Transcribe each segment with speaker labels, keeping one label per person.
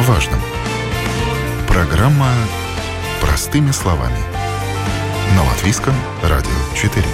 Speaker 1: важном. Программа «Простыми словами» на Латвийском радио 4.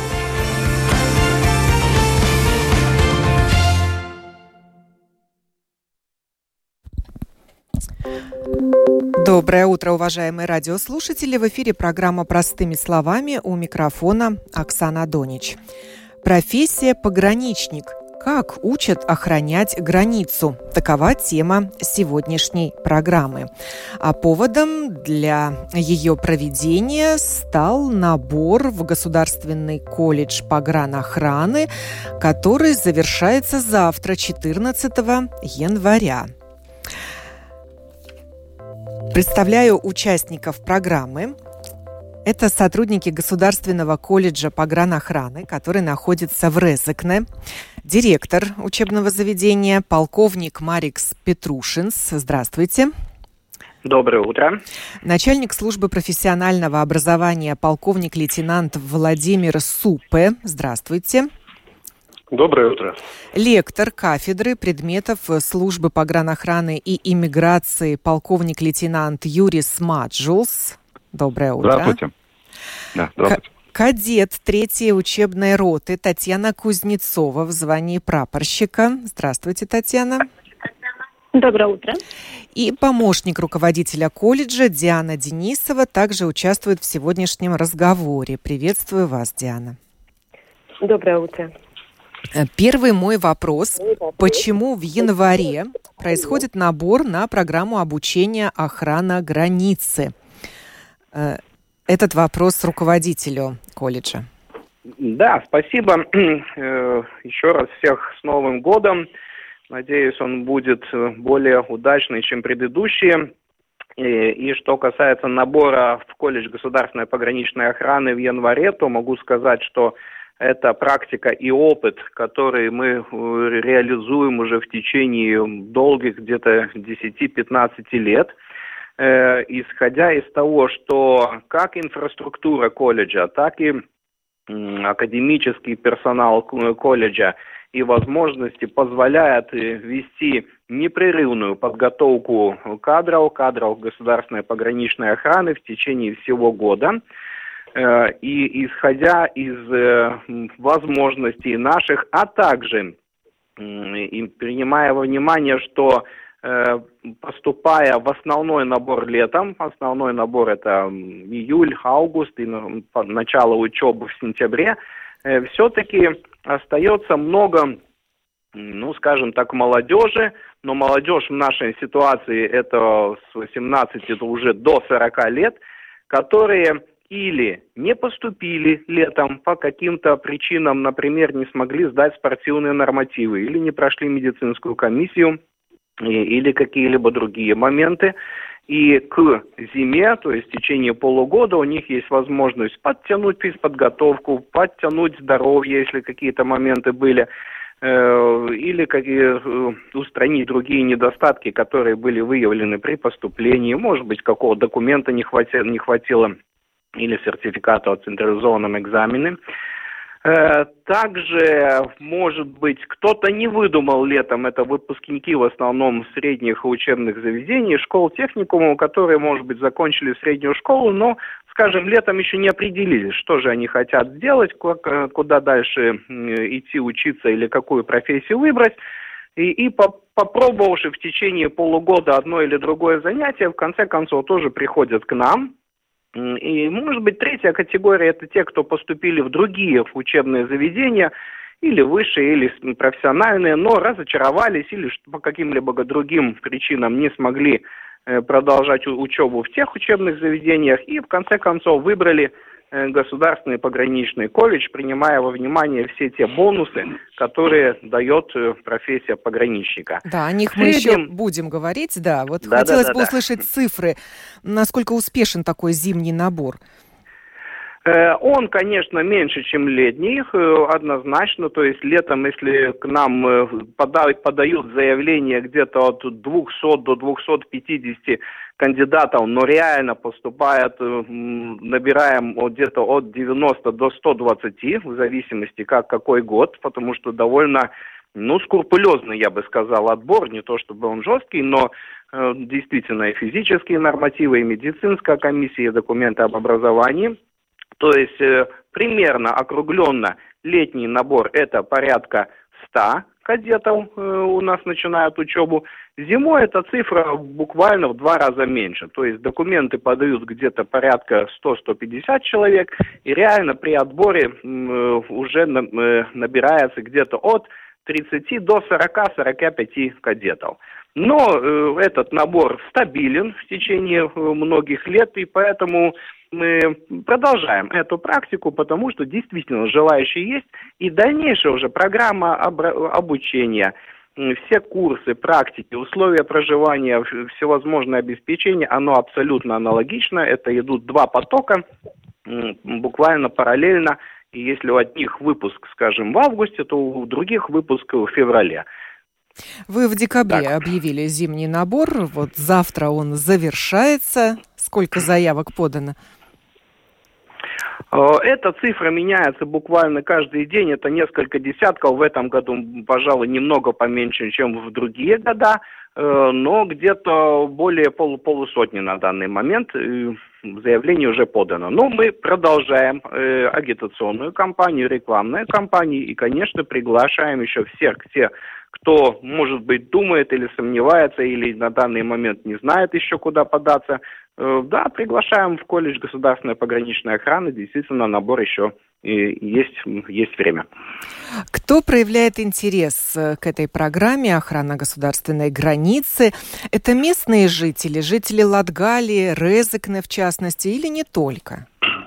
Speaker 2: Доброе утро, уважаемые радиослушатели. В эфире программа «Простыми словами», у микрофона Оксана Донич. Профессия пограничник. Как учат охранять границу? Такова тема сегодняшней программы. А поводом для ее проведения стал набор в Государственный колледж погранохраны, который завершается завтра, 14 января. Представляю участников программы. Это сотрудники Государственного колледжа погранохраны, который находится в Резекне, директор учебного заведения, полковник Марикс Петрушинс. Здравствуйте.
Speaker 3: Доброе утро.
Speaker 2: Начальник службы профессионального образования, полковник-лейтенант Владимир Супе. Здравствуйте.
Speaker 3: Доброе утро.
Speaker 2: Лектор кафедры предметов службы погранохраны и иммиграции, полковник-лейтенант Юрис Маджулс. Доброе утро.
Speaker 4: Здравствуйте. Да, здравствуйте.
Speaker 2: Кадет 3-й учебной роты Татьяна Кузнецова в звании прапорщика. Здравствуйте, Татьяна.
Speaker 5: Доброе утро.
Speaker 2: И помощник руководителя колледжа Диана Денисова также участвует в сегодняшнем разговоре. Приветствую вас, Диана.
Speaker 5: Доброе утро.
Speaker 2: Первый мой вопрос. Почему в январе происходит набор на программу обучения охрана границы? Этот вопрос руководителю колледжа.
Speaker 3: Да, спасибо. Еще раз всех с Новым годом. Надеюсь, он будет более удачный, чем предыдущие. И что касается набора в колледж государственной пограничной охраны в январе, то могу сказать, что это практика и опыт, который мы реализуем уже в течение долгих где-то 10-15 лет. Исходя из того, что как инфраструктура колледжа, так и академический персонал колледжа и возможности позволяют вести непрерывную подготовку кадров государственной пограничной охраны в течение всего года. И исходя из возможностей наших, а также принимая во внимание, что поступая в основной набор летом, основной набор это июль, август и начало учебы в сентябре, все-таки остается много, скажем так, молодежи, но молодежь в нашей ситуации это с 18 уже до 40 лет, которые или не поступили летом по каким-то причинам, например, не смогли сдать спортивные нормативы, или не прошли медицинскую комиссию, или какие-либо другие моменты. И к зиме, то есть в течение полугода, у них есть возможность подтянуть физподготовку, подтянуть здоровье, если какие-то моменты были, или устранить другие недостатки, которые были выявлены при поступлении. Может быть, какого документа не хватило или сертификата о централизованном экзамене. Также, может быть, кто-то не выдумал летом, это выпускники в основном средних учебных заведений, школ, техникумов, которые, может быть, закончили среднюю школу, но, скажем, летом еще не определились, что же они хотят сделать, куда дальше идти учиться или какую профессию выбрать. И попробовавши в течение полугода одно или другое занятие, в конце концов тоже приходят к нам. И, может быть, третья категория – это те, кто поступили в другие учебные заведения, или высшие, или профессиональные, но разочаровались или по каким-либо другим причинам не смогли продолжать учебу в тех учебных заведениях и, в конце концов, выбрали государственный пограничный колледж, принимая во внимание все те бонусы, которые дает профессия пограничника.
Speaker 2: Да, о них мы еще будем говорить, да. Вот хотелось бы услышать цифры, насколько успешен такой зимний набор.
Speaker 3: Он, конечно, меньше, чем летний, однозначно. То есть летом, если к нам подают заявления где-то от 200 до 250 кандидатов, но реально поступает, набираем где-то от 90 до 120, в зависимости какой год, потому что довольно скрупулезный, я бы сказал, отбор, не то чтобы он жесткий, но действительно и физические нормативы, и медицинская комиссия, и документы об образовании. То есть примерно округленно летний набор это порядка 100 кадетов у нас начинают учебу. Зимой эта цифра буквально в 2 раза меньше. То есть документы подают где-то порядка 100-150 человек. И реально при отборе уже набирается где-то от 30 до 40-45 кадетов. Но этот набор стабилен в течение многих лет, и поэтому мы продолжаем эту практику, потому что действительно желающие есть, и дальнейшая уже программа обучения, все курсы, практики, условия проживания, всевозможное обеспечение, оно абсолютно аналогично, это идут 2 потока, буквально параллельно, и если у одних выпуск, скажем, в августе, то у других выпуск в феврале.
Speaker 2: Вы в декабре объявили зимний набор, вот завтра он завершается. Сколько заявок подано?
Speaker 3: Эта цифра меняется буквально каждый день, это несколько десятков, в этом году, пожалуй, немного поменьше, чем в другие года, но где-то более полусотни на данный момент заявлений уже подано. Но мы продолжаем агитационную кампанию, рекламную кампанию и, конечно, приглашаем еще всех тех, кто, может быть, думает или сомневается, или на данный момент не знает еще, куда податься. Да, приглашаем в колледж государственной пограничной охраны. Действительно, набор еще есть время.
Speaker 2: Кто проявляет интерес к этой программе «Охрана государственной границы»? Это местные жители, жители Латгалии, Резекне в частности, или не только?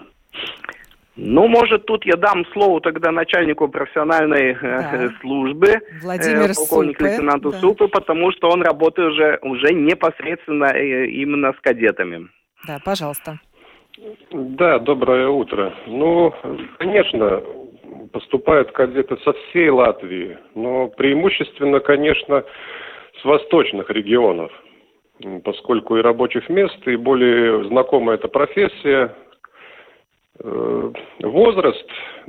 Speaker 3: Может, тут я дам слово тогда начальнику профессиональной службы, полковнику лейтенанту Супе, потому что он работает уже непосредственно именно с кадетами.
Speaker 2: Да, пожалуйста.
Speaker 6: Да, доброе утро. Конечно, поступают кадеты со всей Латвии, но преимущественно, конечно, с восточных регионов, поскольку и рабочих мест, и более знакома эта профессия. Возраст,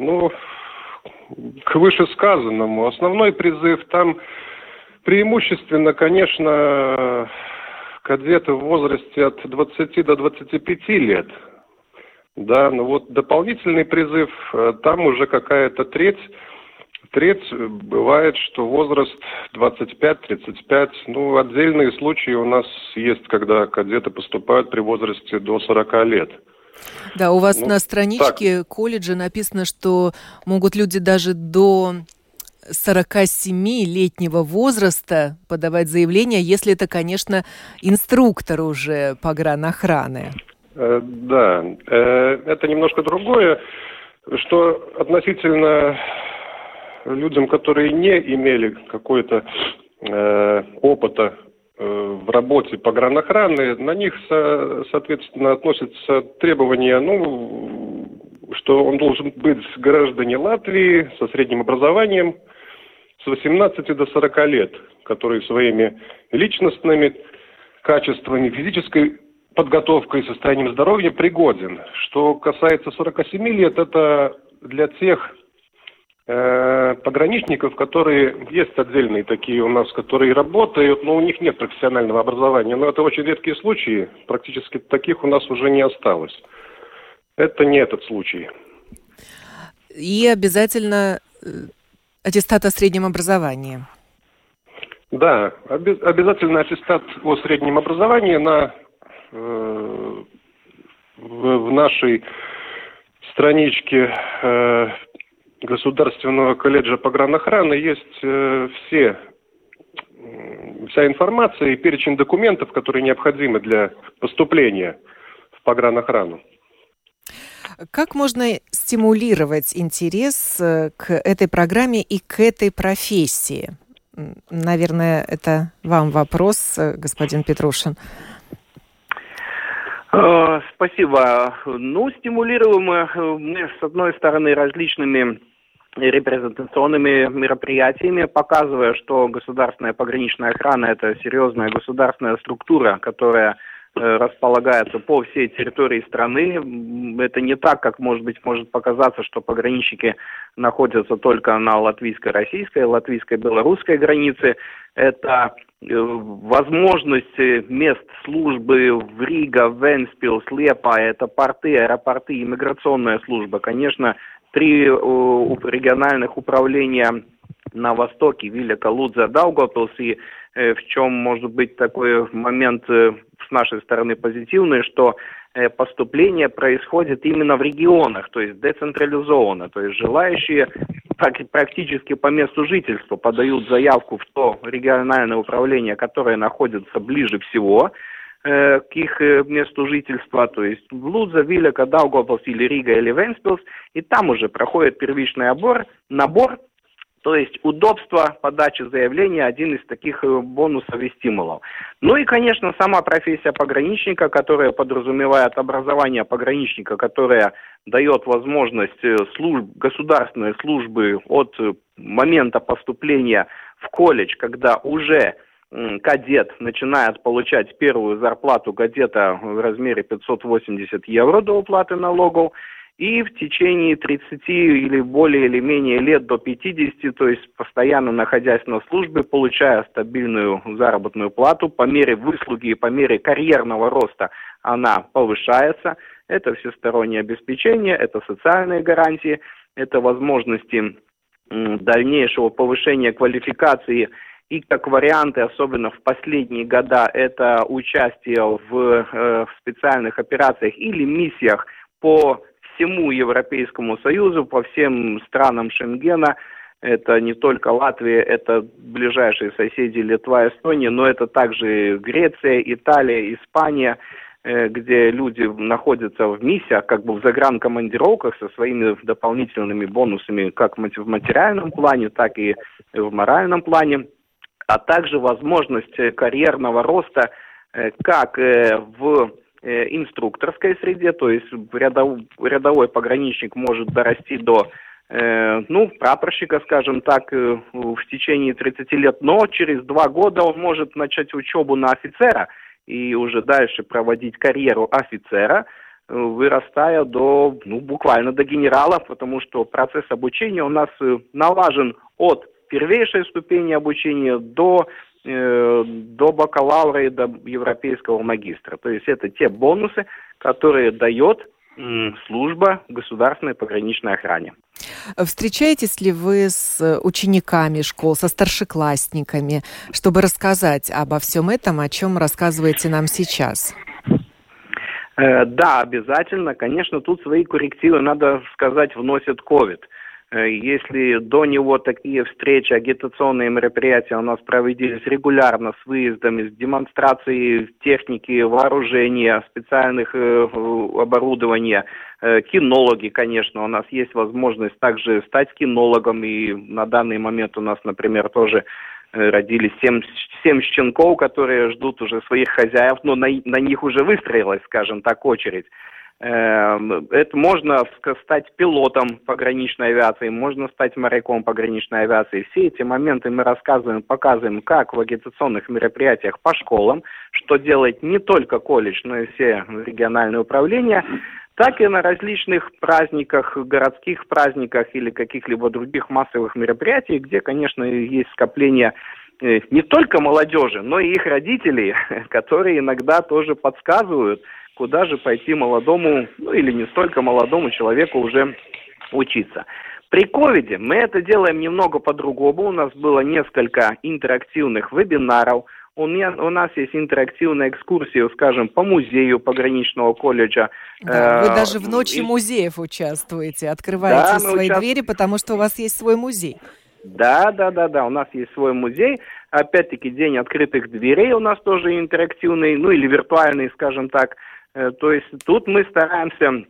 Speaker 6: к вышесказанному. Основной призыв там преимущественно, конечно, кадеты в возрасте от 20 до 25 лет. Да, дополнительный призыв, там уже какая-то треть бывает, что возраст 25-35. Отдельные случаи у нас есть, когда кадеты поступают при возрасте до 40 лет.
Speaker 2: Да, у вас на страничке колледжа написано, что могут люди даже до 47-летнего возраста подавать заявление, если это, конечно, инструктор уже погранохраны.
Speaker 6: Да, это немножко другое, что относительно людям, которые не имели какой-то опыта в работе погранохраны, на них, соответственно, относятся требования, что он должен быть гражданин Латвии со средним образованием с 18 до 40 лет, который своими личностными качествами, физической подготовкой и состоянием здоровья пригоден. Что касается 47 лет, это для тех пограничников, которые есть отдельные такие у нас, которые работают, но у них нет профессионального образования. Но это очень редкие случаи, практически таких у нас уже не осталось. Это не этот случай.
Speaker 2: И обязательно аттестат о среднем образовании.
Speaker 6: Да, обязательно аттестат о среднем образовании в нашей страничке Государственного колледжа погранохраны есть вся информация и перечень документов, которые необходимы для поступления в погранохрану.
Speaker 2: Как можно стимулировать интерес к этой программе и к этой профессии? Наверное, это вам вопрос, господин Петрушин.
Speaker 3: Спасибо. Стимулируем мы, с одной стороны, различными репрезентационными мероприятиями, показывая, что государственная пограничная охрана – это серьезная государственная структура, которая располагается по всей территории страны. Это не так, как, может показаться, что пограничники находятся только на латвийско-российской, латвийско-белорусской границе. Это возможность мест службы в Рига, Вентспилс, Лиепая, это порты, аэропорты, иммиграционная служба. Конечно, 3 региональных управления на востоке, Вилека, Лудза, Даугавпилс, и в чем может быть такой момент с нашей стороны позитивный, что поступление происходит именно в регионах, то есть децентрализованно, то есть желающие практически по месту жительства подают заявку в то региональное управление, которое находится ближе всего к их месту жительства, то есть в Лудза, Вилека, Даугавпилс или Рига или Вентспилс, и там уже проходит первичный набор. То есть удобство подачи заявления – один из таких бонусов и стимулов. Ну и, конечно, сама профессия пограничника, которая подразумевает образование пограничника, которая дает возможность государственной службы от момента поступления в колледж, когда уже кадет начинает получать первую зарплату кадета в размере 580 евро до уплаты налогов, и в течение 30 или более или менее лет до 50, то есть постоянно находясь на службе, получая стабильную заработную плату, по мере выслуги и по мере карьерного роста она повышается. Это всестороннее обеспечение, это социальные гарантии, это возможности дальнейшего повышения квалификации. И как варианты, особенно в последние года, это участие в специальных операциях или миссиях по всему Европейскому Союзу, по всем странам Шенгена. Это не только Латвия, это ближайшие соседи Литва, Эстония, но это также Греция, Италия, Испания, где люди находятся в миссиях, как бы в загранкомандировках со своими дополнительными бонусами как в материальном плане, так и в моральном плане, а также возможность карьерного роста как в инструкторской среде, то есть рядовой пограничник может дорасти до прапорщика, скажем так, в течение 30 лет, но через 2 года он может начать учебу на офицера и уже дальше проводить карьеру офицера, вырастая до, буквально до генерала, потому что процесс обучения у нас налажен от первейшей ступени обучения до бакалавра и до европейского магистра. То есть это те бонусы, которые дает служба государственной пограничной охране.
Speaker 2: Встречаетесь ли вы с учениками школ, со старшеклассниками, чтобы рассказать обо всем этом, о чем рассказываете нам сейчас?
Speaker 3: Да, обязательно. Конечно, тут свои коррективы, надо сказать, вносит COVID. Если до него такие встречи, агитационные мероприятия у нас проводились регулярно с выездами, с демонстрацией техники, вооружения, специальных оборудования, кинологи, конечно, у нас есть возможность также стать кинологом, и на данный момент у нас, например, тоже родились 7 щенков, которые ждут уже своих хозяев, но на них уже выстроилась, скажем так, очередь. Это можно стать пилотом пограничной авиации, можно стать моряком пограничной авиации. Все эти моменты мы рассказываем, показываем как в агитационных мероприятиях по школам, что делает не только колледж, но и все региональные управления, так и на различных праздниках, городских праздниках или каких-либо других массовых мероприятиях, где, конечно, есть скопление не только молодежи, но и их родителей, которые иногда тоже подсказывают, куда же пойти молодому, или не столько молодому человеку уже учиться. При ковиде мы это делаем немного по-другому. У нас было несколько интерактивных вебинаров. У нас есть интерактивная экскурсия, скажем, по музею пограничного колледжа.
Speaker 2: Да, вы даже в ночи музеев участвуете, открываете свои двери, потому что у вас есть свой музей.
Speaker 3: Да, у нас есть свой музей. Опять-таки, день открытых дверей у нас тоже интерактивный, или виртуальный, скажем так. То есть тут мы стараемся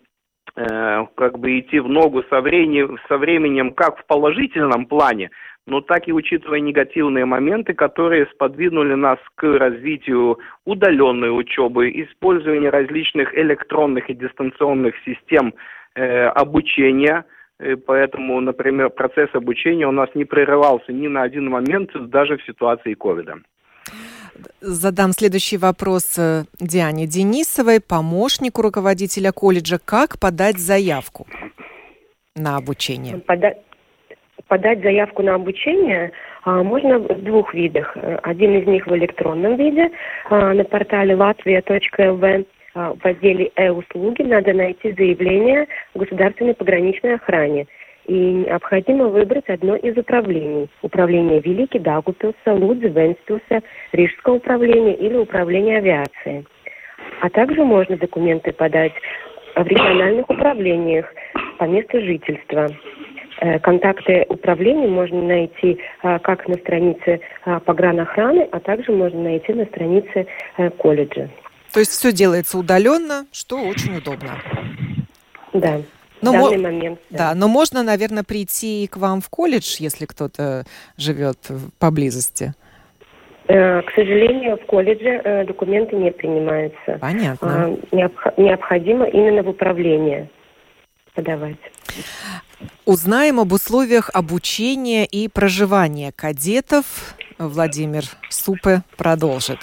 Speaker 3: идти в ногу со временем как в положительном плане, но так и учитывая негативные моменты, которые сподвинули нас к развитию удаленной учебы, использования различных электронных и дистанционных систем обучения. Поэтому, например, процесс обучения у нас не прерывался ни на один момент, даже в ситуации ковида.
Speaker 2: Задам следующий вопрос Диане Денисовой, помощнику руководителя колледжа. Как подать заявку на обучение?
Speaker 5: Подать заявку на обучение можно в двух видах. Один из них в электронном виде на портале latvia.lv. В разделе «Услуги» надо найти заявление в Государственной пограничной охране. И необходимо выбрать одно из управлений. Управление Великий Даугавпилса, Лудзи, Вентспилса, Рижское управление или управление авиации. А также можно документы подать в региональных управлениях по месту жительства. Контакты управления можно найти как на странице погранохраны, а также можно найти на странице колледжа.
Speaker 2: То есть все делается удаленно, что очень удобно.
Speaker 5: Да, в данный момент.
Speaker 2: Да, но можно, наверное, прийти к вам в колледж, если кто-то живет поблизости.
Speaker 5: К сожалению, в колледже документы не принимаются.
Speaker 2: Понятно.
Speaker 5: Необходимо именно в управление подавать.
Speaker 2: Узнаем об условиях обучения и проживания кадетов. Владимир Супе продолжит.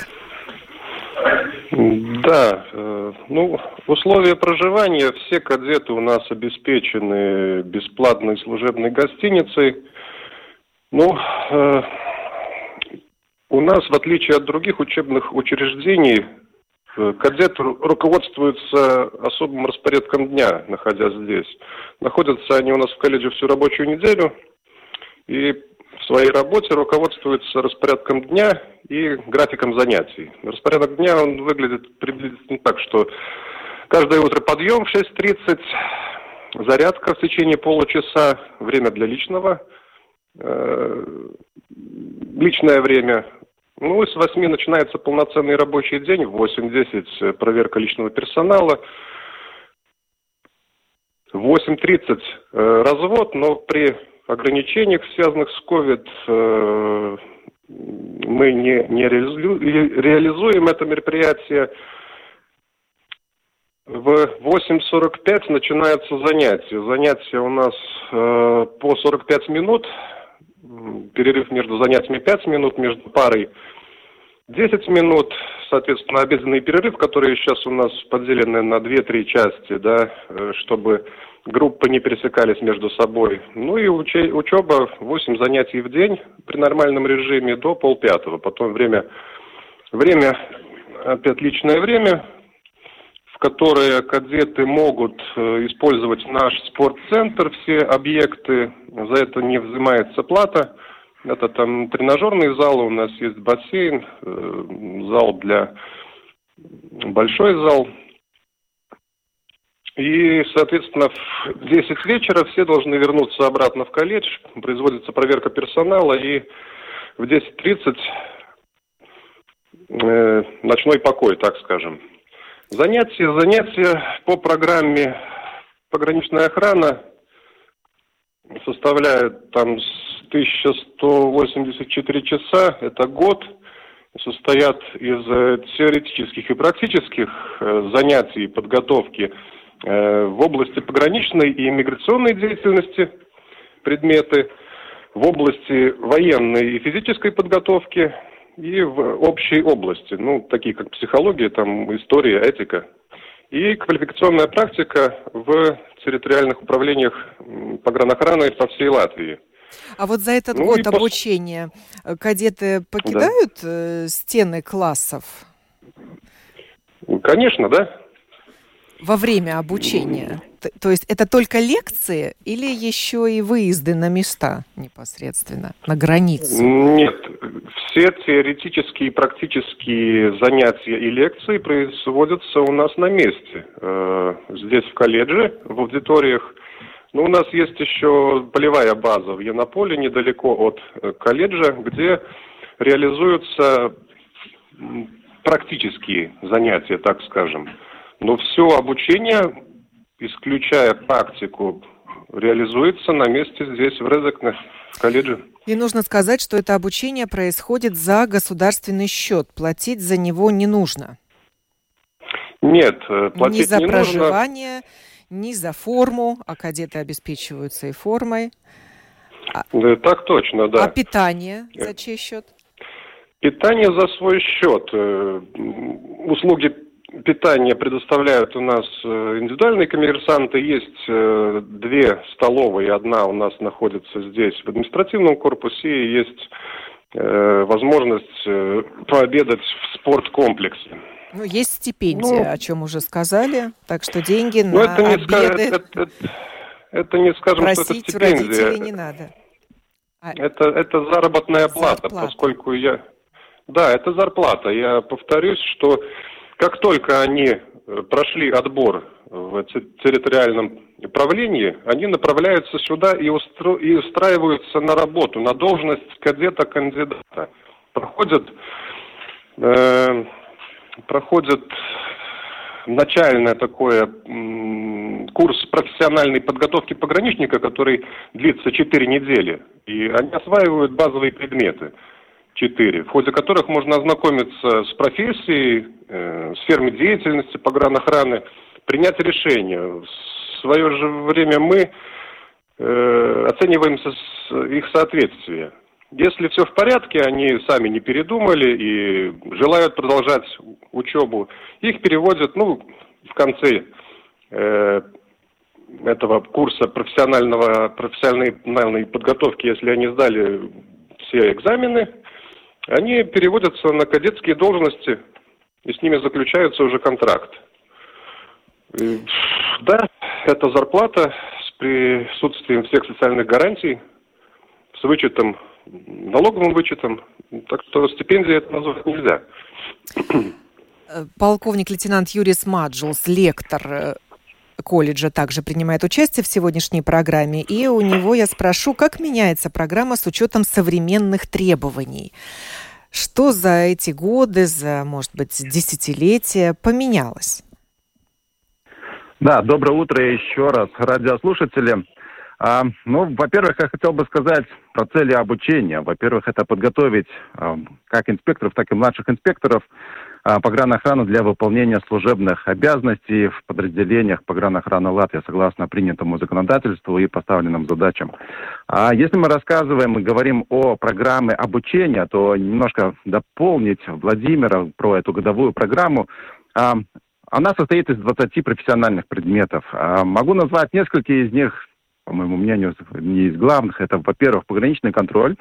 Speaker 6: Да, условия проживания. Все кадеты у нас обеспечены бесплатной служебной гостиницей. У нас, в отличие от других учебных учреждений, кадеты руководствуются особым распорядком дня, находясь здесь. Находятся они у нас в колледже всю рабочую неделю и в своей работе руководствуются распорядком дня и графиком занятий. Распорядок дня, он выглядит приблизительно так, что каждое утро подъем в 6:30, зарядка в течение получаса, время для личное время. С 8 начинается полноценный рабочий день, в 8:10 проверка личного персонала, в 8:30 развод, но при ограничениях, связанных с COVID, мы не реализуем это мероприятие. В 8:45 начинаются занятия. Занятия у нас по 45 минут. Перерыв между занятиями 5 минут, между парой 10 минут. Соответственно, обеденный перерыв, которые сейчас у нас поделены на 2-3 части, да, чтобы группы не пересекались между собой. И учеба 8 занятий в день при нормальном режиме до 4:30. Потом время, опять личное время, в которое кадеты могут использовать наш спортцентр, все объекты, за это не взимается плата. Это там тренажерный зал, у нас есть бассейн, большой зал. И, соответственно, в 10 вечера все должны вернуться обратно в колледж, производится проверка персонала, и в 10:30 ночной покой, так скажем. Занятия по программе пограничная охрана составляют там 1184 часа, это год, состоят из теоретических и практических занятий, подготовки в области пограничной и иммиграционной деятельности, предметы, в области военной и физической подготовки и в общей области, такие как психология, там история, этика. И квалификационная практика в территориальных управлениях погранохраны по всей Латвии.
Speaker 2: А вот за этот год обучения кадеты покидают стены классов?
Speaker 6: Конечно, да.
Speaker 2: Во время обучения? То есть это только лекции или еще и выезды на места непосредственно, на границу? Нет,
Speaker 6: все теоретические и практические занятия и лекции производятся у нас на месте. Здесь в колледже, в аудиториях. У нас есть еще полевая база в Янополе, недалеко от колледжа, где реализуются практические занятия, так скажем. Но все обучение, исключая практику, реализуется на месте здесь, в Резекне, в колледже.
Speaker 2: И нужно сказать, что это обучение происходит за государственный счет. Платить за него не нужно.
Speaker 6: Нет, платить
Speaker 2: ни за
Speaker 6: не
Speaker 2: проживание,
Speaker 6: нужно.
Speaker 2: ни за форму, а кадеты обеспечиваются и формой.
Speaker 6: Да, так точно, да.
Speaker 2: А питание за чей счет?
Speaker 6: Питание за свой счет. Услуги питания предоставляют у нас индивидуальные коммерсанты. Есть 2 столовые. Одна у нас находится здесь, в административном корпусе. И есть возможность пообедать в спорткомплексе.
Speaker 2: Ну, есть стипендия, о чем уже сказали. Так что деньги на обеды
Speaker 6: это не скажем, что это
Speaker 2: просить у
Speaker 6: стипендия.
Speaker 2: родителей не надо.
Speaker 6: Это заработная плата, поскольку Да, это зарплата. Я повторюсь, что как только они прошли отбор в территориальном управлении, они направляются сюда и устраиваются на работу, на должность кадета-кандидата. Проходят начальный курс профессиональной подготовки пограничника, который длится 4 недели. И они осваивают базовые предметы. 4, в ходе которых можно ознакомиться с профессией, сферами деятельности погранохраны, принять решение. В свое же время мы оцениваем их соответствие. Если все в порядке, они сами не передумали и желают продолжать учебу, их переводят, в конце этого курса профессиональной подготовки, если они сдали все экзамены, они переводятся на кадетские должности, и с ними заключается уже контракт. Да, это зарплата с присутствием всех социальных гарантий, с вычетом, налоговым вычетом, так что стипендия это назвать нельзя.
Speaker 2: Полковник-лейтенант Юрис Маджулс, лектор колледжа, также принимает участие в сегодняшней программе. И у него я спрошу, как меняется программа с учетом современных требований? Что за эти годы, может быть, десятилетия поменялось?
Speaker 7: Да, доброе утро еще раз, радиослушатели. Во-первых, я хотел бы сказать про цели обучения. Во-первых, это подготовить как инспекторов, так и младших инспекторов погранохрану для выполнения служебных обязанностей в подразделениях погранохраны Латвии согласно принятому законодательству и поставленным задачам. Если мы рассказываем и говорим о программе обучения, то немножко дополнить Владимира про эту годовую программу. Она состоит из 20 профессиональных предметов. Могу назвать несколько из них, по моему мнению, не из главных. Это, во-первых, пограничный контроль.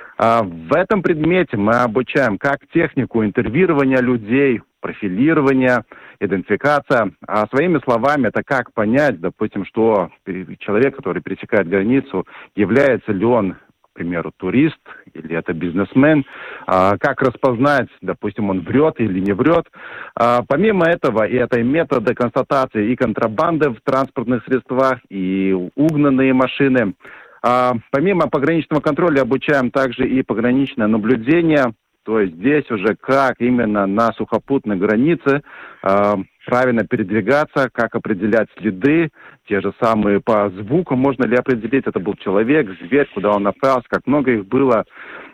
Speaker 7: В этом предмете мы обучаем как технику интервьюирования людей, профилирования, идентификация. Своими словами, это как понять, допустим, что человек, который пересекает границу, является ли он, к примеру, турист или это бизнесмен, как распознать, допустим, он врет или не врет. Помимо этого, и это методы констатации и контрабанды в транспортных средствах, и угнанные машины. Помимо пограничного контроля обучаем также и пограничное наблюдение, то есть здесь уже как именно на сухопутной границе правильно передвигаться, как определять следы, те же самые по звуку, можно ли определить, это был человек, зверь, куда он направился, как много их было.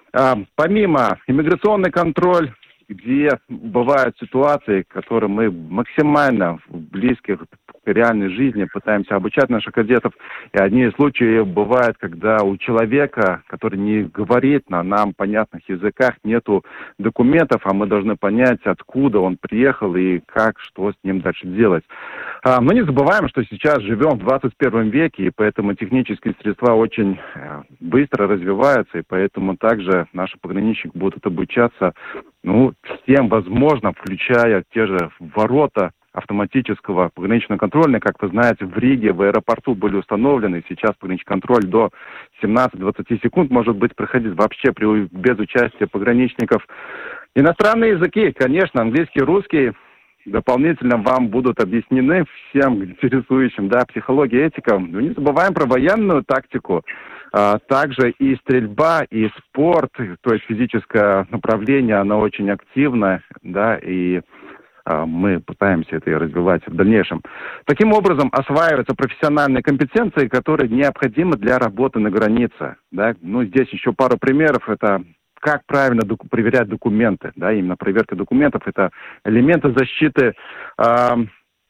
Speaker 7: Помимо иммиграционный контроль, где бывают ситуации, которые мы максимально близких к реальной жизни пытаемся обучать наших кадетов. И одни случаи бывают, когда у человека, который не говорит на нам понятных языках, нету документов, а мы должны понять, откуда он приехал и как, что с ним дальше делать. Но не забываем, что сейчас живем в 21 веке, и поэтому технические средства очень быстро развиваются, и поэтому также наши пограничники будут обучаться всем возможно, включая те же ворота автоматического пограничного контроля. Как вы знаете, в Риге, в аэропорту были установлены. Сейчас пограничный контроль до 17-20 секунд может быть проходить вообще без участия пограничников. Иностранные языки, конечно, английский, русский, дополнительно вам будут объяснены всем интересующим, психология, этика. Но не забываем про военную тактику. Также и стрельба, и спорт, то есть физическое направление, оно очень активно, и мы пытаемся это и развивать в дальнейшем. Таким образом, осваиваются профессиональные компетенции, которые необходимы для работы на границе. Здесь еще пару примеров. Это как правильно проверять документы, именно проверка документов. Это элементы защиты.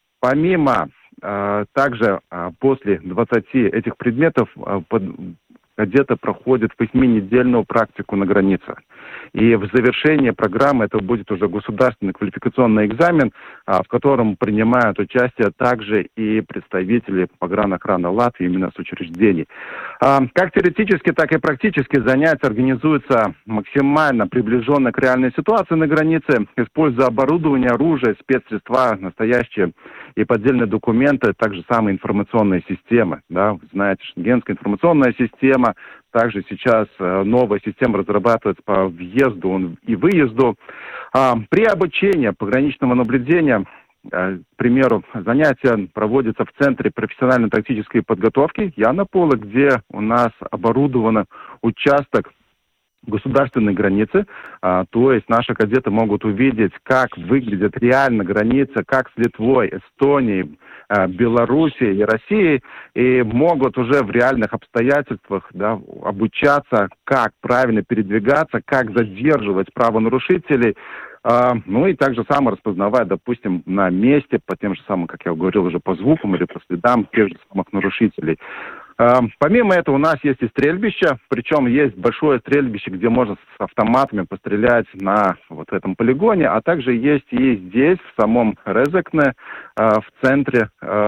Speaker 7: Помимо также после 20 этих предметов кадеты проходят 8-недельную практику на границе. И в завершении программы это будет уже государственный квалификационный экзамен, в котором принимают участие также и представители погранохраны Латвии именно с учреждений. Как теоретически, так и практически занятия организуются максимально приближенно к реальной ситуации на границе, используя оборудование, оружие, спецсредства, настоящие и поддельные документы, также самые информационные системы. Да? Вы знаете, Шенгенская информационная система, также сейчас новая система разрабатывается по въезду и выезду. При обучении пограничного наблюдения, к примеру, занятия проводятся в Центре профессионально-тактической подготовки Янапола, где у нас оборудован участок государственной границы, то есть наши кадеты могут увидеть, как выглядит реально граница, как с Литвой, Эстонией, Белоруссией и Россией, и могут уже в реальных обстоятельствах, да, обучаться, как правильно передвигаться, как задерживать правонарушителей, ну и также само распознавать, допустим, на месте, по тем же самым, как я говорил, уже по звукам или по следам тех же самых нарушителей. Помимо этого у нас есть и стрельбище, причем есть большое стрельбище, где можно с автоматами пострелять на вот этом полигоне, а также есть и здесь, в самом Резекне, в центре,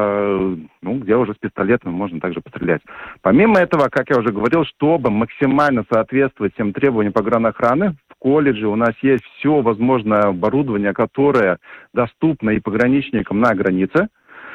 Speaker 7: где уже с пистолетом можно также пострелять. Помимо этого, как я уже говорил, чтобы максимально соответствовать всем требованиям погранохраны, в колледже у нас есть все возможное оборудование, которое доступно и пограничникам на границе,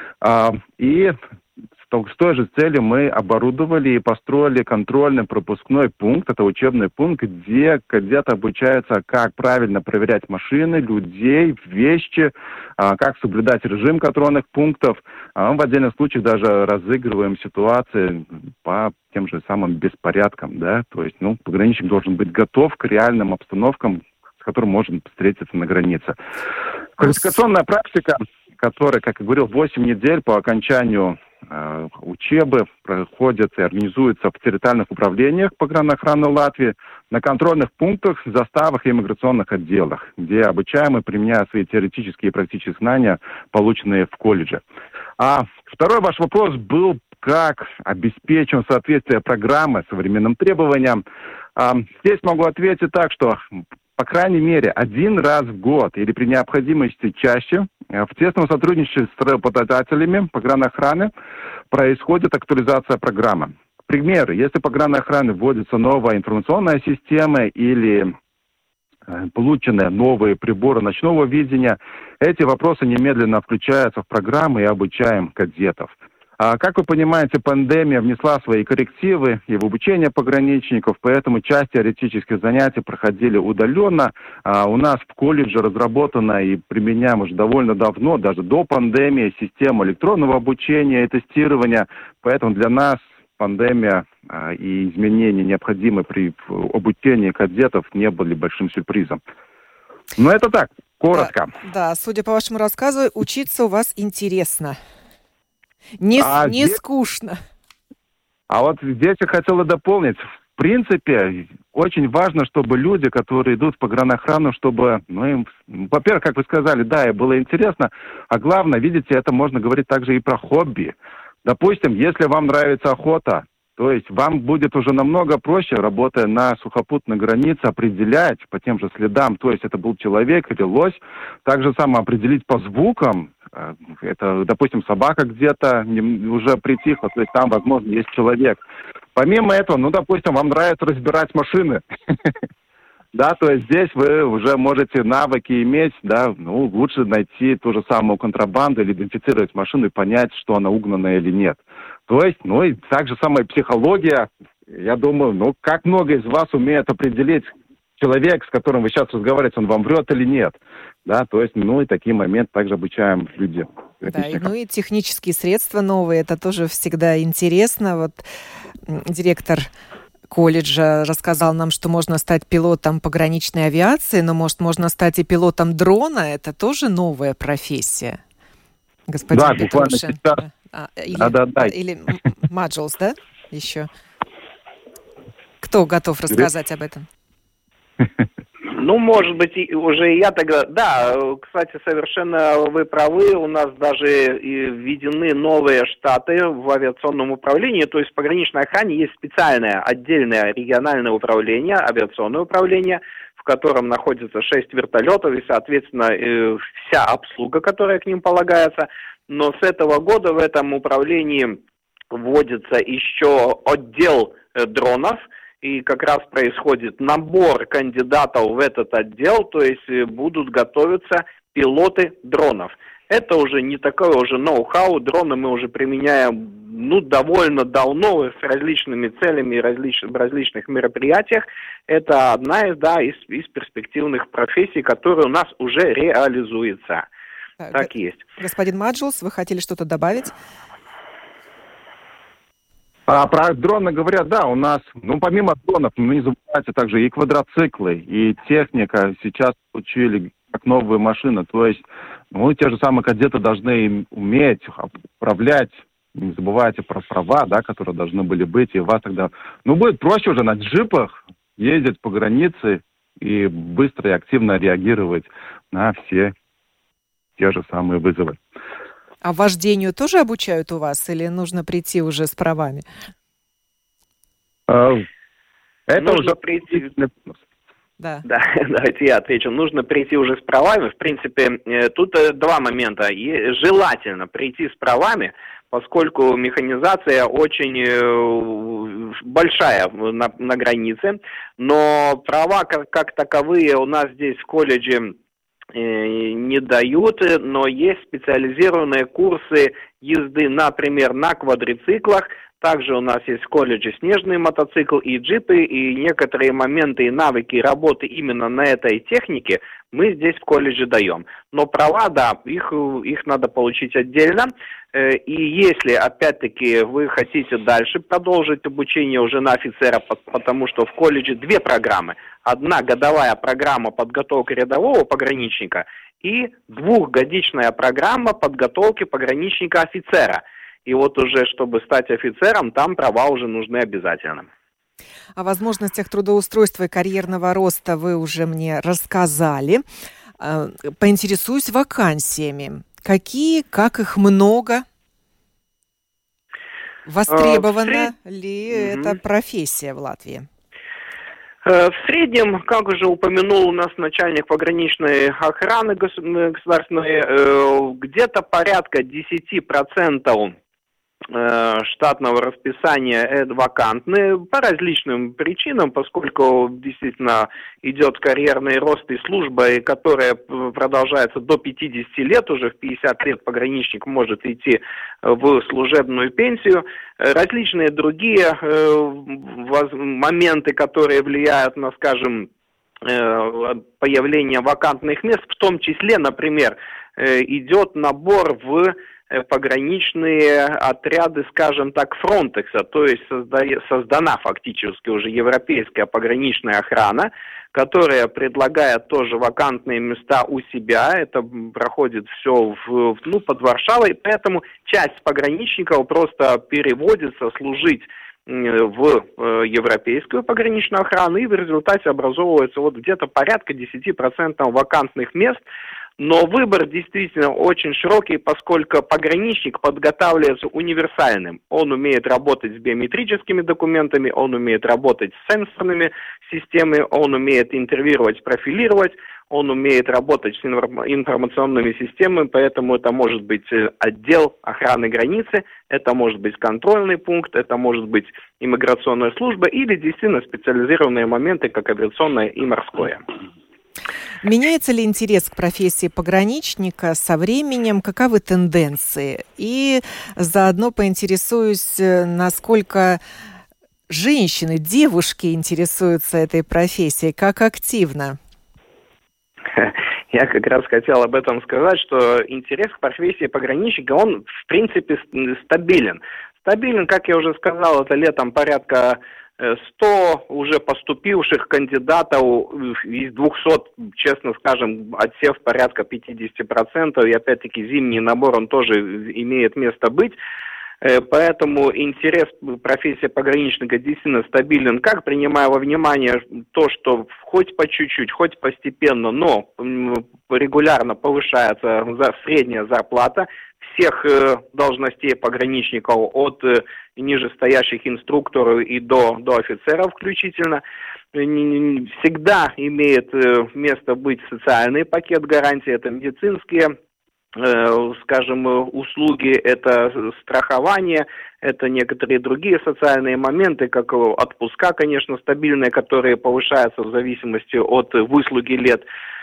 Speaker 7: и с той же целью мы оборудовали и построили контрольно-пропускной пункт, это учебный пункт, где кадеты обучаются, как правильно проверять машины, людей, вещи, как соблюдать режим контрольных пунктов. В отдельных случаях даже разыгрываем ситуации по тем же самым беспорядкам, да, то есть, пограничник должен быть готов к реальным обстановкам, с которым можно встретиться на границе. Квалификационная практика, которая, как я говорил, 8 недель по окончанию учебы проходят и организуются в территориальных управлениях погранохраны Латвии, на контрольных пунктах, заставах и иммиграционных отделах, где обучаемые применяют свои теоретические и практические знания, полученные в колледже. А второй ваш вопрос был, как обеспечим соответствие программы современным требованиям. Здесь могу ответить так, что по крайней мере, 1 раз в год или при необходимости чаще в тесном сотрудничестве с работодателями погранохраны происходит актуализация программы. К примеру, если погранохраны вводится новая информационная система или получены новые приборы ночного видения, эти вопросы немедленно включаются в программу и обучаем кадетов. Как вы понимаете, пандемия внесла свои коррективы и в обучение пограничников, поэтому часть теоретических занятий проходили удаленно. У нас в колледже разработана и применяем уже довольно давно, даже до пандемии, система электронного обучения и тестирования. Поэтому для нас пандемия и изменения, необходимые при обучении кадетов, не были большим сюрпризом. Но это так, коротко.
Speaker 2: Да, судя по вашему рассказу, учиться у вас интересно. Не скучно.
Speaker 7: А вот здесь я хотела дополнить. В принципе, очень важно, чтобы люди, которые идут в погранохрану, чтобы, им, во-первых, как вы сказали, да, и было интересно, а главное, видите, это можно говорить также и про хобби. Допустим, если вам нравится охота, то есть вам будет уже намного проще, работая на сухопутной границе, определять по тем же следам, то есть это был человек или лось, так же самое определить по звукам, это, допустим, собака где-то уже притихла, то есть там, возможно, есть человек. Помимо этого, допустим, вам нравится разбирать машины. Да, то есть здесь вы уже можете навыки иметь, да, лучше найти ту же самую контрабанду или идентифицировать машину и понять, что она угнанная или нет. То есть, и так же самая психология, я думаю, как много из вас умеет определить человек, с которым вы сейчас разговариваете, он вам врет или нет. Да, то есть, и такие моменты также обучаем люди.
Speaker 2: Да, и технические средства новые, это тоже всегда интересно. Вот директор колледжа рассказал нам, что можно стать пилотом пограничной авиации, но, может, можно стать и пилотом дрона, это тоже новая профессия. Господин Петрушин. Или Маджелс, да, еще? Кто готов рассказать об этом?
Speaker 3: Ну, может быть, уже я тогда... Да, кстати, совершенно вы правы. У нас даже введены новые штаты в авиационном управлении. То есть в пограничной охране есть специальное отдельное региональное управление, авиационное управление, в котором находится 6 вертолетов и, соответственно, вся обслуга, которая к ним полагается. Но с этого года в этом управлении вводится еще отдел дронов, и как раз происходит набор кандидатов в этот отдел, то есть будут готовиться пилоты дронов. Это уже не такое уже ноу-хау, дроны мы уже применяем довольно давно с различными целями и в различных мероприятиях. Это одна из перспективных профессий, которая у нас уже реализуется. Так есть.
Speaker 2: Господин Маджулс, вы хотели что-то добавить?
Speaker 7: Про дроны говорят, да, у нас, помимо дронов, не забывайте также и квадроциклы, и техника. Сейчас учили как новые машины. То есть, те же самые кадеты должны уметь управлять. Не забывайте про права, да, которые должны были быть. И вас тогда, будет проще уже на джипах ездить по границе и быстро и активно реагировать на все те же самые вызовы.
Speaker 2: А вождению тоже обучают у вас или нужно прийти уже с правами?
Speaker 7: Это
Speaker 3: нужно
Speaker 7: уже
Speaker 3: прийти.
Speaker 2: Да,
Speaker 3: давайте я отвечу. Нужно прийти уже с правами. В принципе, тут два момента. Желательно прийти с правами, поскольку механизация очень большая на границе, но права как таковые у нас здесь в колледже не дают, но есть специализированные курсы езды, например, на квадроциклах. Также у нас есть в колледже снежный мотоцикл и джипы, и некоторые моменты и навыки работы именно на этой технике мы здесь в колледже даем. Но права, да, их надо получить отдельно. И если, опять-таки, вы хотите дальше продолжить обучение уже на офицера, потому что в колледже две программы. Одна годовая программа подготовки рядового пограничника и двухгодичная программа подготовки пограничника-офицера. И вот уже, чтобы стать офицером, там права уже нужны обязательно.
Speaker 2: О возможностях трудоустройства и карьерного роста вы уже мне рассказали. Поинтересуюсь вакансиями. Какие, как их много? Востребована ли эта профессия в Латвии?
Speaker 3: В среднем, как уже упомянул у нас начальник пограничной охраны государственной, где-то порядка 10% штатного расписания вакантны по различным причинам, поскольку действительно идет карьерный рост и служба, которая продолжается до 50 лет, уже в 50 лет пограничник может идти в служебную пенсию. Различные другие моменты, которые влияют на, скажем, появление вакантных мест, в том числе, например, идет набор в пограничные отряды, скажем так, Фронтекса, то есть создана фактически уже европейская пограничная охрана, которая предлагает тоже вакантные места у себя. Это проходит все под Варшавой, поэтому часть пограничников просто переводится служить в европейскую пограничную охрану, и в результате образовывается где-то порядка 10% вакантных мест. Но выбор действительно очень широкий, поскольку пограничник подготавливается универсальным. Он умеет работать с биометрическими документами, он умеет работать с сенсорными системами, он умеет интервьюировать, профилировать, он умеет работать с информационными системами, поэтому это может быть отдел охраны границы, это может быть контрольный пункт, это может быть иммиграционная служба или действительно специализированные моменты, как авиационное и морское.
Speaker 2: Меняется ли интерес к профессии пограничника со временем? Каковы тенденции? И заодно поинтересуюсь, насколько женщины, девушки интересуются этой профессией, как активно?
Speaker 3: Я как раз хотел об этом сказать, что интерес к профессии пограничника, он в принципе стабилен. Стабилен, как я уже сказал, это летом порядка 100 уже поступивших кандидатов из 200, честно скажем, отсев порядка 50%, и опять-таки зимний набор, он тоже имеет место быть. Поэтому интерес профессии пограничника действительно стабилен, как принимая во внимание то, что хоть по чуть-чуть, хоть постепенно, но регулярно повышается средняя зарплата всех должностей пограничников, от нижестоящих инструкторов и до офицеров включительно. Всегда имеет место быть социальный пакет гарантий, это медицинские, скажем, услуги, это страхование, это некоторые другие социальные моменты, как отпуска, конечно, стабильные, которые повышаются в зависимости от выслуги лет.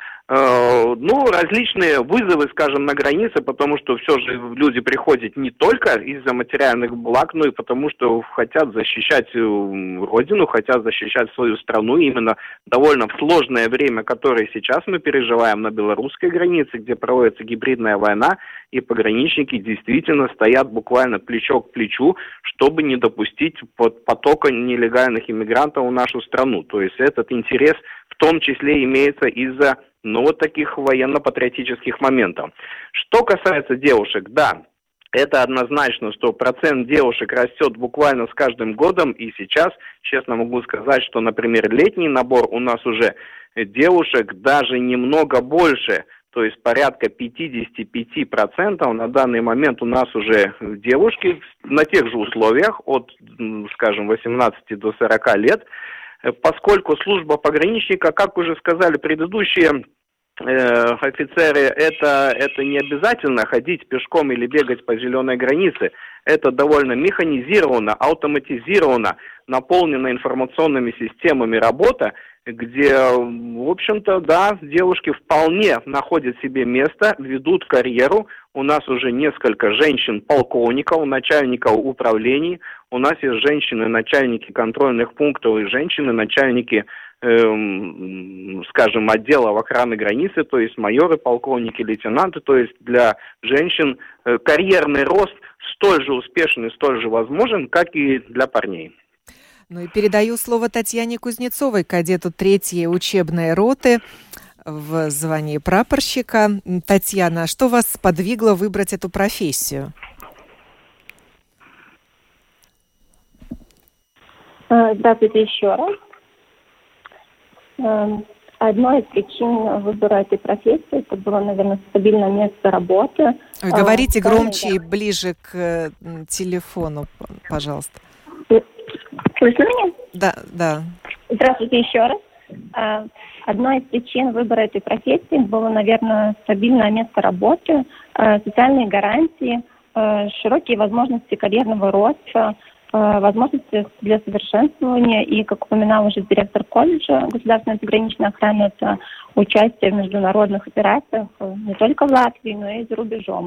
Speaker 3: Различные вызовы, скажем, на границе, потому что все же люди приходят не только из-за материальных благ, но и потому что хотят защищать родину, хотят защищать свою страну. Именно довольно в сложное время, которое сейчас мы переживаем на белорусской границе, где проводится гибридная война, и пограничники действительно стоят буквально плечо к плечу, чтобы не допустить потока нелегальных иммигрантов в нашу страну. То есть этот интерес в том числе имеется из-за таких военно-патриотических моментов. Что касается девушек, да, это однозначно, что процент девушек растет буквально с каждым годом, и сейчас, честно могу сказать, что, например, летний набор у нас уже девушек даже немного больше, то есть порядка 55% на данный момент у нас уже девушки на тех же условиях, от, скажем, 18 до 40 лет, поскольку служба пограничника, как уже сказали предыдущие офицеры, это не обязательно ходить пешком или бегать по зеленой границе. Это довольно механизировано, автоматизировано, наполнено информационными системами работа, где, в общем-то, да, девушки вполне находят себе место, ведут карьеру. У нас уже несколько женщин-полковников, начальников управлений. У нас есть женщины-начальники контрольных пунктов и женщины-начальники, скажем, отделов охраны границы, то есть майоры, полковники, лейтенанты. То есть для женщин карьерный рост столь же успешен и столь же возможен, как и для парней.
Speaker 2: И передаю слово Татьяне Кузнецовой, кадету 3-й учебной роты в звании прапорщика. Татьяна, что вас сподвигло выбрать эту профессию?
Speaker 8: Здравствуйте еще раз. Одной из причин выбора этой профессии это было, наверное, стабильное место работы.
Speaker 2: Говорите громче и ближе к телефону, пожалуйста.
Speaker 8: Слышно меня?
Speaker 2: Да.
Speaker 8: Здравствуйте еще раз. Одной из причин выбора этой профессии было, наверное, стабильное место работы, социальные гарантии, широкие возможности карьерного роста, возможности для совершенствования и, как упоминал уже директор колледжа государственной пограничной охраны, это участие в международных операциях не только в Латвии, но и за рубежом.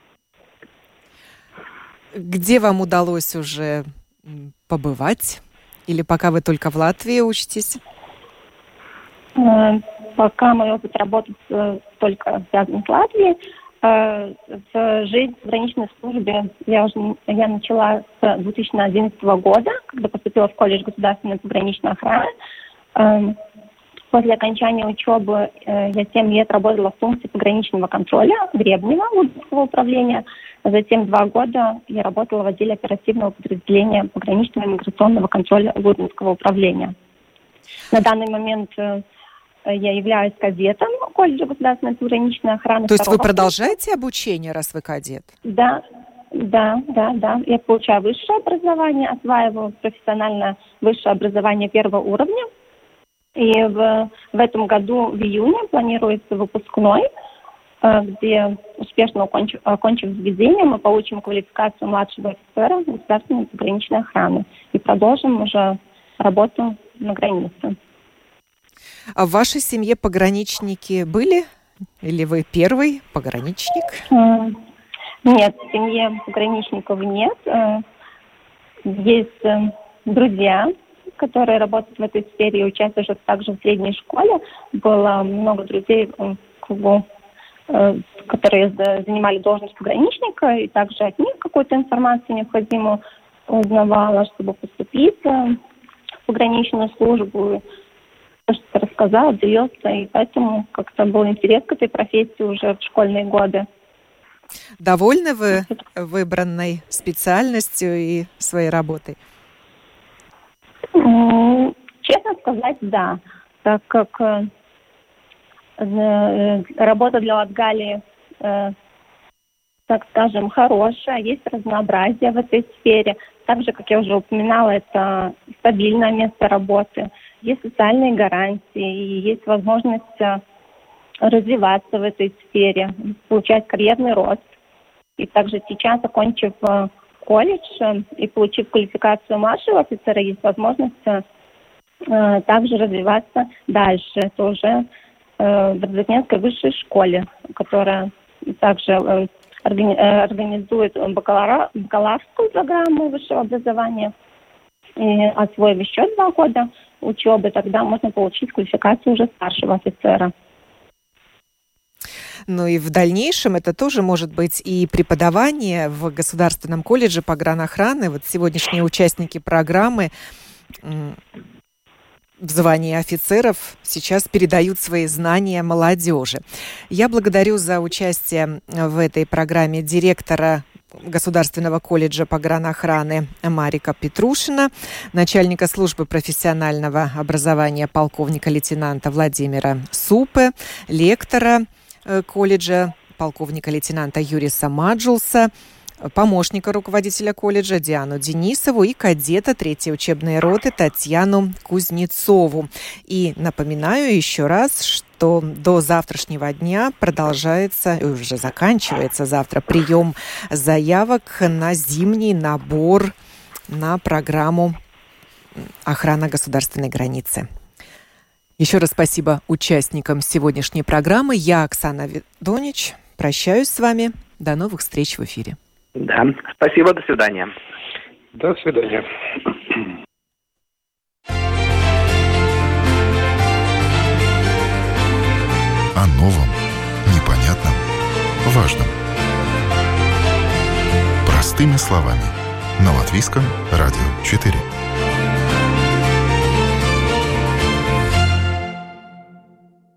Speaker 2: Где вам удалось уже побывать? Или пока вы только в Латвии учитесь?
Speaker 8: Пока мой опыт работы только связан с Латвией. Жизнь в пограничной службе я начала с 2011 года, когда поступила в колледж государственной пограничной охраны. После окончания учебы я 7 лет работала в функции пограничного контроля Гребнева Лудинского управления. Затем 2 года я работала в отделе оперативного подразделения пограничного миграционного контроля Лудинского управления. На данный момент я являюсь кадетом колледжа государственной пограничной охраны.
Speaker 2: То есть вы продолжаете обучение, раз вы кадет?
Speaker 8: Да. Я получаю высшее образование, осваиваю профессиональное высшее образование 1-го уровня. И в этом году, в июне, планируется выпускной, где, успешно окончив заведение, мы получим квалификацию младшего офицера государственной пограничной охраны и продолжим уже работу на границе.
Speaker 2: А в вашей семье пограничники были? Или вы первый пограничник?
Speaker 8: Нет, в семье пограничников нет. Есть друзья, которые работают в этой сфере и учатся уже также в средней школе. Было много друзей в кругу, которые занимали должность пограничника, и также от них какую-то информацию необходимую узнавала, чтобы поступить в пограничную службу. Что-то рассказал, делился, и поэтому как-то был интерес к этой профессии уже в школьные годы.
Speaker 2: Довольны вы выбранной специальностью и своей работой?
Speaker 8: Честно сказать, да. Так как работа для Латгалии, так скажем, хорошая, есть разнообразие в этой сфере. Так же, как я уже упоминала, это стабильное место работы, есть социальные гарантии, и есть возможность развиваться в этой сфере, получать карьерный рост. И также сейчас, окончив колледж и получив квалификацию младшего офицера, есть возможность также развиваться дальше. Это уже в Дзержинской высшей школе, которая также организует бакалаврскую программу высшего образования. И освоив еще 2 года учебы, тогда можно получить квалификацию уже старшего офицера.
Speaker 2: Ну и в дальнейшем это тоже может быть и преподавание в Государственном колледже погранохраны. Вот сегодняшние участники программы в звании офицеров сейчас передают свои знания молодежи. Я благодарю за участие в этой программе директора Государственного колледжа погранохраны Марика Петрушина, начальника службы профессионального образования полковника-лейтенанта Владимира Супе, лектора колледжа полковника-лейтенанта Юриса Маджулса, помощника руководителя колледжа Диану Денисову и кадета 3-й учебной роты Татьяну Кузнецову. И напоминаю еще раз, что до завтрашнего дня продолжается, уже заканчивается завтра, прием заявок на зимний набор на программу «Охрана государственной границы». Еще раз спасибо участникам сегодняшней программы. Я, Оксана Видонич, прощаюсь с вами. До новых встреч в эфире.
Speaker 3: Да, спасибо, до свидания.
Speaker 6: До свидания.
Speaker 1: О новом, непонятном, важном. Простыми словами. На Латвийском радио 4.